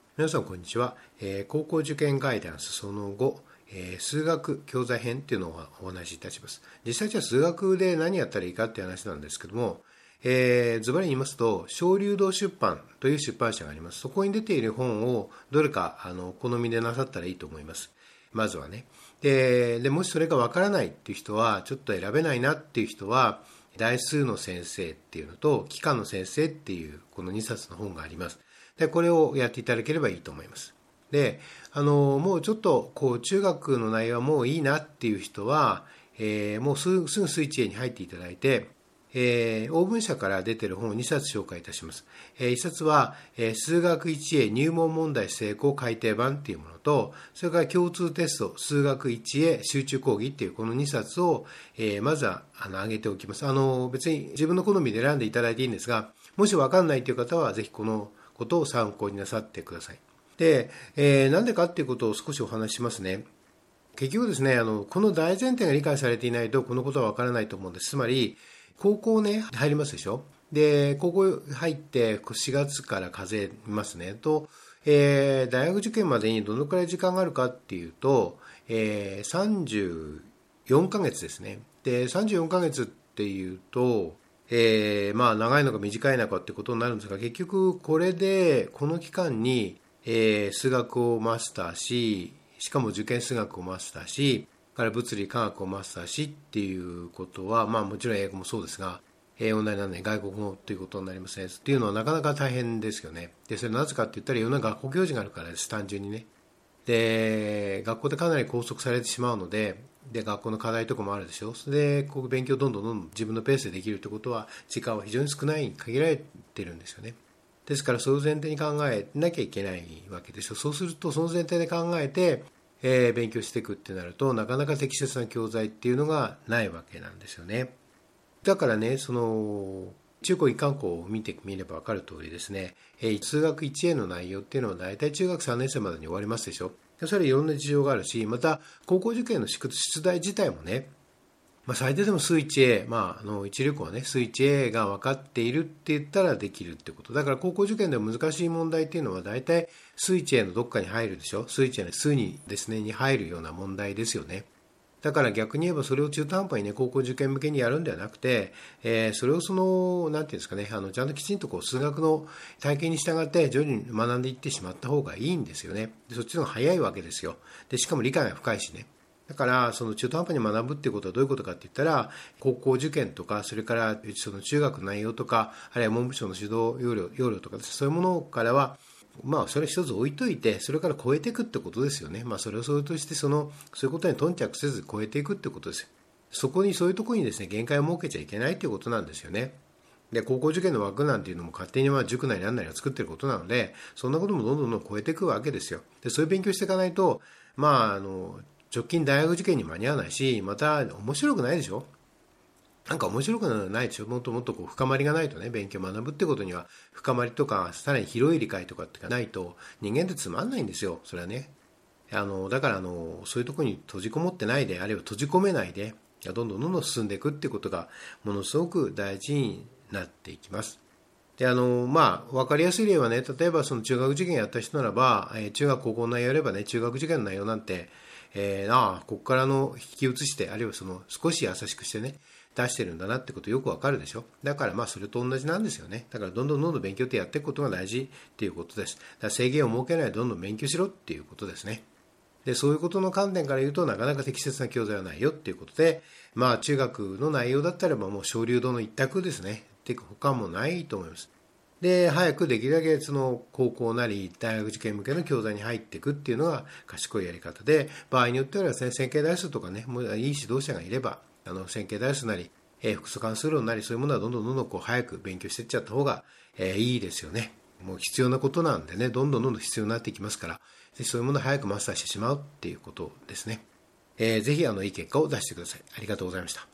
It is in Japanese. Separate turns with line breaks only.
皆さんこんにちは。高校受験ガイダンスその後、数学教材編っていうのをお話しいたします。実際じゃあ数学で何やったらいいかっていう話なんですけども、ズバリ言いますと、小流堂出版という出版社があります。そこに出ている本をどれかお好みでなさったらいいと思います。まずはね。でもしそれがわからないっていう人は、ちょっと選べないなっていう人は、代数の先生っていうのと、幾何の先生っていうこの2冊の本があります。で、これをやっていただければいいと思います。で、もうちょっと中学の内容はもういいなっていう人は、もうすぐスイッチ A に入っていただいて、オーブン社から出ている本を2冊紹介いたします。1冊は、数学 1A 入門問題成功改訂版っていうものと、それから共通テスト数学 1A 集中講義っていうこの2冊を、まずは挙げておきます。別に自分の好みで選んでいただいていいんですが、もし分かんないという方はぜひこのことを参考になさってください。で、なんでかっていうことを少しお話ししますね。結局ですね、この大前提が理解されていないとこのことは分からないと思うんです。つまり、高校ね、入りますでしょ。で、高校入って4月から数えますね。と、大学受験までにどのくらい時間があるかっていうと、34ヶ月ですね。で、34ヶ月っていうと、まあ長いのか短いのかってことになるんですが、結局これでこの期間に、数学をマスターし、しかも受験数学をマスターし、から物理科学をマスターしっていうことは、まあもちろん英語もそうですが、オンラインなんで外国語ということになりますね。っていうのはなかなか大変ですよね。で、それなぜかって言ったらいろんな学校行事があるからです、単純にね。で、学校でかなり拘束されてしまうので、で、学校の課題とかもあるでしょ。それで、勉強どんどん自分のペースでできるってことは、時間は非常に少ない、限られてるんですよね。ですから、それを前提に考えなきゃいけないわけでしょ。そうすると、その前提で考えて、勉強していくってなると、なかなか適切な教材っていうのがないわけなんですよね。だからね、中高一貫校を見てみれば分かる通りですね、数学 1A の内容っていうのは大体中学3年生までに終わりますでしょ。それはいろんな事情があるし、また高校受験の出題自体もね、最低でも数 1A、一流校はね、数 1A が分かっているって言ったらできるってこと。だから高校受験では難しい問題っていうのは大体数 1A のどっかに入るでしょ。数 1A の数にですね、に入るような問題ですよね。だから逆に言えばそれを中途半端にね、高校受験向けにやるんではなくて、それをなんていうんですかね、ちゃんときちんと数学の体系に従って徐々に学んでいってしまった方がいいんですよね。でそっちの方が早いわけですよ。で、しかも理解が深いしね。だからその中途半端に学ぶっていうことはどういうことかって言ったら、高校受験とか、それからその中学の内容とか、あるいは文部省の指導要領とか、そういうものからはそれ一つ置いといて、それから超えていくってことですよね。それをそれとしてそういうことに頓着せず超えていくってことですよ。そういうところにですね、限界を設けちゃいけないっていうことなんですよね。で、高校受験の枠なんていうのも勝手に塾なりなんなりが作ってることなので、そんなこともどんどん超えていくわけですよ。で、そういう勉強していかないと、直近大学受験に間に合わないし、また面白くないでしょ。なんか面白くないでしょ。もっともっと深まりがないとね、勉強学ぶってことには深まりとか、さらに広い理解とかってないと人間ってつまんないんですよ。それはね。だからそういうところに閉じこもってないで、あるいは閉じ込めないで、どんどん進んでいくってことがものすごく大事になっていきます。で、わかりやすい例はね、例えばその中学受験やった人ならば、中学高校の内容やればね、中学受験の内容なんて、ここから引き移して、あるいは少し優しくしてね、出してるんだなってことよくわかるでしょ。だからそれと同じなんですよね。だからどんどん勉強ってやっていくことが大事っていうことです。だから制限を設けないでどんどん勉強しろっていうことですね。で、そういうことの観点から言うとなかなか適切な教材はないよっていうことで、中学の内容だったらばもう小流堂の一択ですね。っていうか他もないと思います。で、早くできるだけ高校なり大学受験向けの教材に入っていくっていうのが賢いやり方で、場合によってはですね、線形代数とかね、もういい指導者がいれば、線形代数なり、複素関数論なり、そういうものはどんどん早く勉強していっちゃった方が、いいですよね。もう必要なことなんでね、どんどん必要になっていきますから、ぜひそういうものを早くマスターしてしまうっていうことですね。ぜひいい結果を出してください。ありがとうございました。